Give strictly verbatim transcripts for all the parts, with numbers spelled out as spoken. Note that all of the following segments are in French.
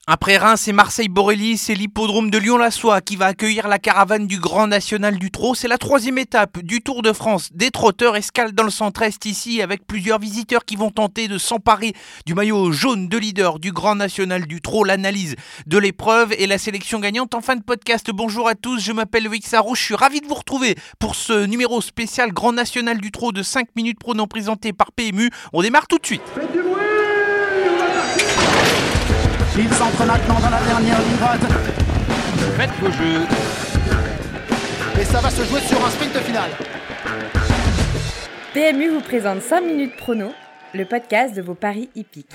Après Reims et Marseille-Borély, c'est l'hippodrome de Lyon-la-Soie qui va accueillir la caravane du Grand National du Trot. C'est la troisième étape du Tour de France des trotteurs. Escale dans le centre-est ici avec plusieurs visiteurs qui vont tenter de s'emparer du maillot jaune de leader du Grand National du Trot. L'analyse de l'épreuve et la sélection gagnante en fin de podcast. Bonjour à tous, je m'appelle Loïc Sarro. Je suis ravi de vous retrouver pour ce numéro spécial Grand National du Trot de cinq minutes pronom présenté par P M U. On démarre tout de suite. Faites du bruit. Il s'entre maintenant dans la dernière ligne droite. Faites vos jeux. Et ça va se jouer sur un sprint final. P M U vous présente cinq minutes prono, le podcast de vos paris hippiques.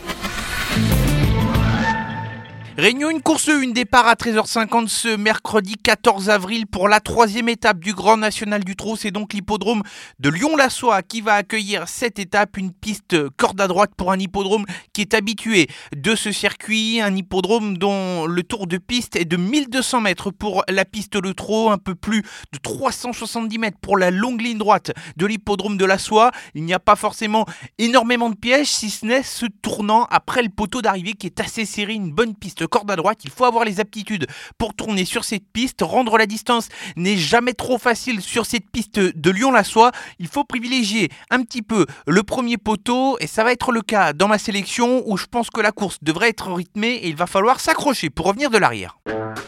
Réunion une course une départ à treize heures cinquante ce mercredi quatorze avril pour la troisième étape du Grand National du Trot. C'est donc l'hippodrome de Lyon-la-Soie qui va accueillir cette étape. Une piste corde à droite pour un hippodrome qui est habitué de ce circuit. Un hippodrome dont le tour de piste est de mille deux cents mètres pour la piste de trot. Un peu plus de trois cent soixante-dix mètres pour la longue ligne droite de l'hippodrome de la Soie. Il n'y a pas forcément énormément de pièges si ce n'est ce tournant après le poteau d'arrivée qui est assez serré. Une bonne piste corde à droite, il faut avoir les aptitudes pour tourner sur cette piste. Rendre la distance n'est jamais trop facile sur cette piste de Lyon-la-Soie. Il faut privilégier un petit peu le premier poteau et ça va être le cas dans ma sélection où je pense que la course devrait être rythmée et il va falloir s'accrocher pour revenir de l'arrière.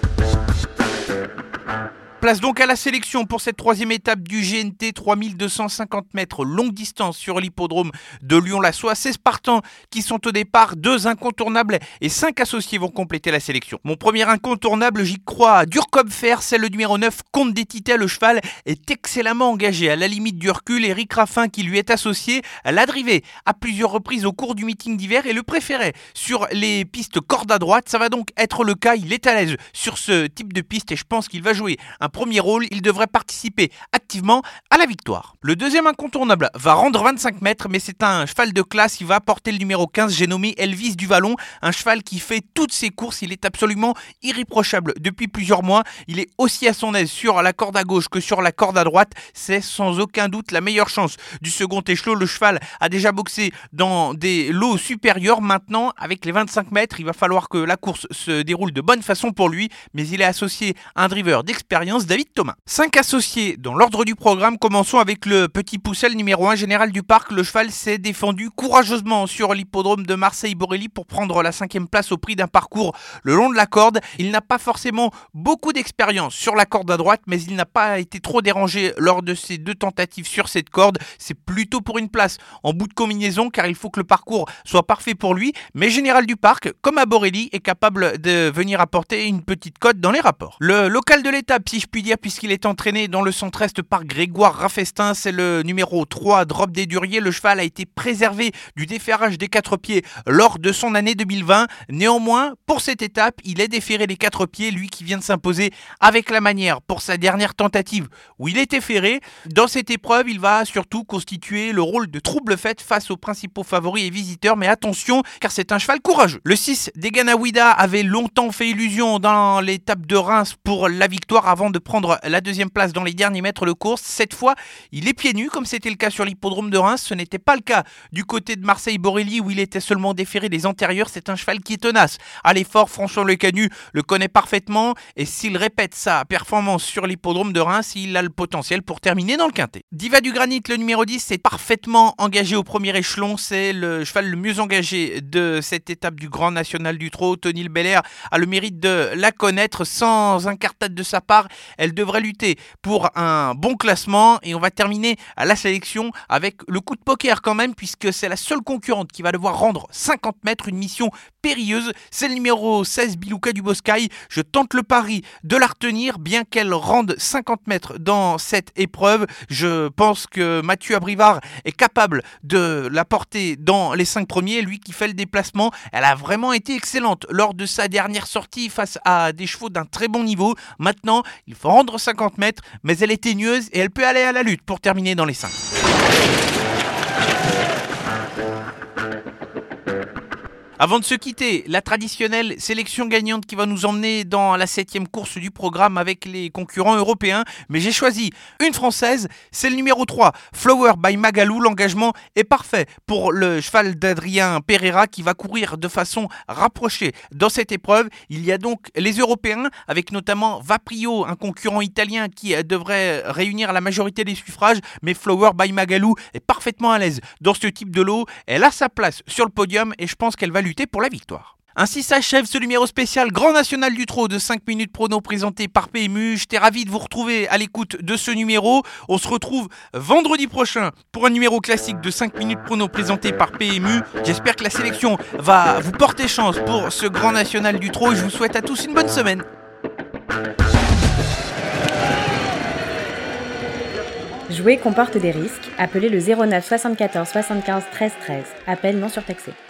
Place donc à la sélection pour cette troisième étape du G N T, trois mille deux cent cinquante mètres, longue distance sur l'hippodrome de Lyon-la-Soie. seize partants qui sont au départ, deux incontournables et cinq associés vont compléter la sélection. Mon premier incontournable, j'y crois, dur comme fer, c'est le numéro neuf, Comte des Tités. Le cheval est excellemment engagé, à la limite du recul. Éric Raffin qui lui est associé l'a drivé à plusieurs reprises au cours du meeting d'hiver et le préférait sur les pistes corde à droite. Ça va donc être le cas, il est à l'aise sur ce type de piste et je pense qu'il va jouer un premier rôle, il devrait participer activement à la victoire. Le deuxième incontournable va rendre vingt-cinq mètres, mais c'est un cheval de classe, il va porter le numéro quinze, j'ai nommé Elvis du Vallon, un cheval qui fait toutes ses courses, il est absolument irréprochable depuis plusieurs mois, il est aussi à son aise sur la corde à gauche que sur la corde à droite, c'est sans aucun doute la meilleure chance du second échelon. Le cheval a déjà boxé dans des lots supérieurs, maintenant avec les vingt-cinq mètres, il va falloir que la course se déroule de bonne façon pour lui, mais il est associé à un driver d'expérience, David Thomas. cinq associés dans l'ordre du programme. Commençons avec le petit Poussel numéro un, Général du Parc. Le cheval s'est défendu courageusement sur l'hippodrome de Marseille-Borély pour prendre la cinquième place au prix d'un parcours le long de la corde. Il n'a pas forcément beaucoup d'expérience sur la corde à droite, mais il n'a pas été trop dérangé lors de ses deux tentatives sur cette corde. C'est plutôt pour une place en bout de combinaison car il faut que le parcours soit parfait pour lui. Mais Général du Parc, comme à Borély, est capable de venir apporter une petite cote dans les rapports. Le local de l'étape, si je puis dire, puisqu'il est entraîné dans le centre-est par Grégoire Raffestin, c'est le numéro trois, Drop des Duriers. Le cheval a été préservé du déferrage des quatre pieds lors de son année deux mille vingt. Néanmoins, pour cette étape, il est déféré des quatre pieds, lui qui vient de s'imposer avec la manière pour sa dernière tentative où il était ferré. Dans cette épreuve, il va surtout constituer le rôle de trouble-fête face aux principaux favoris et visiteurs, mais attention, car c'est un cheval courageux. Le six, Deganawida, avait longtemps fait illusion dans l'étape de Reims pour la victoire avant de prendre la deuxième place dans les derniers mètres de course. Cette fois, il est pieds nus comme c'était le cas sur l'hippodrome de Reims. Ce n'était pas le cas du côté de Marseille-Borély où il était seulement déféré des antérieurs. C'est un cheval qui est tenace. À l'effort, François Lecanu le connaît parfaitement et s'il répète sa performance sur l'hippodrome de Reims, il a le potentiel pour terminer dans le quintet. Diva du Granit, le numéro dix, est parfaitement engagé au premier échelon. C'est le cheval le mieux engagé de cette étape du Grand National du Trot. Tony Le Belair a le mérite de la connaître. Sans incartade de sa part, elle devrait lutter pour un bon classement et on va terminer à la sélection avec le coup de poker quand même puisque c'est la seule concurrente qui va devoir rendre cinquante mètres, une mission périlleuse. C'est le numéro seize, Bilouka du Boscaï. Je tente le pari de la retenir bien qu'elle rende cinquante mètres dans cette épreuve. Je pense que Mathieu Abrivard est capable de la porter dans les cinq premiers, lui qui fait le déplacement. Elle a vraiment été excellente lors de sa dernière sortie face à des chevaux d'un très bon niveau. Maintenant, il faut rendre cinquante mètres, mais elle est teigneuse et elle peut aller à la lutte pour terminer dans les cinq. Avant de se quitter, la traditionnelle sélection gagnante qui va nous emmener dans la septième course du programme avec les concurrents européens. Mais j'ai choisi une française, c'est le numéro trois, Flower by Magalou. L'engagement est parfait pour le cheval d'Adrien Pereira qui va courir de façon rapprochée dans cette épreuve. Il y a donc les Européens avec notamment Vaprio, un concurrent italien qui devrait réunir la majorité des suffrages. Mais Flower by Magalou est parfaitement à l'aise dans ce type de lot. Elle a sa place sur le podium et je pense qu'elle va lutter pour la victoire. Ainsi s'achève ce numéro spécial Grand National du Trot de cinq minutes prono présenté par P M U. J'étais ravi de vous retrouver à l'écoute de ce numéro. On se retrouve vendredi prochain pour un numéro classique de cinq minutes prono présenté par P M U. J'espère que la sélection va vous porter chance pour ce Grand National du Trot. Je vous souhaite à tous une bonne semaine. Jouer comporte des risques. Appelez le zéro neuf soixante-quatorze soixante-quinze treize treize. Appel non surtaxé.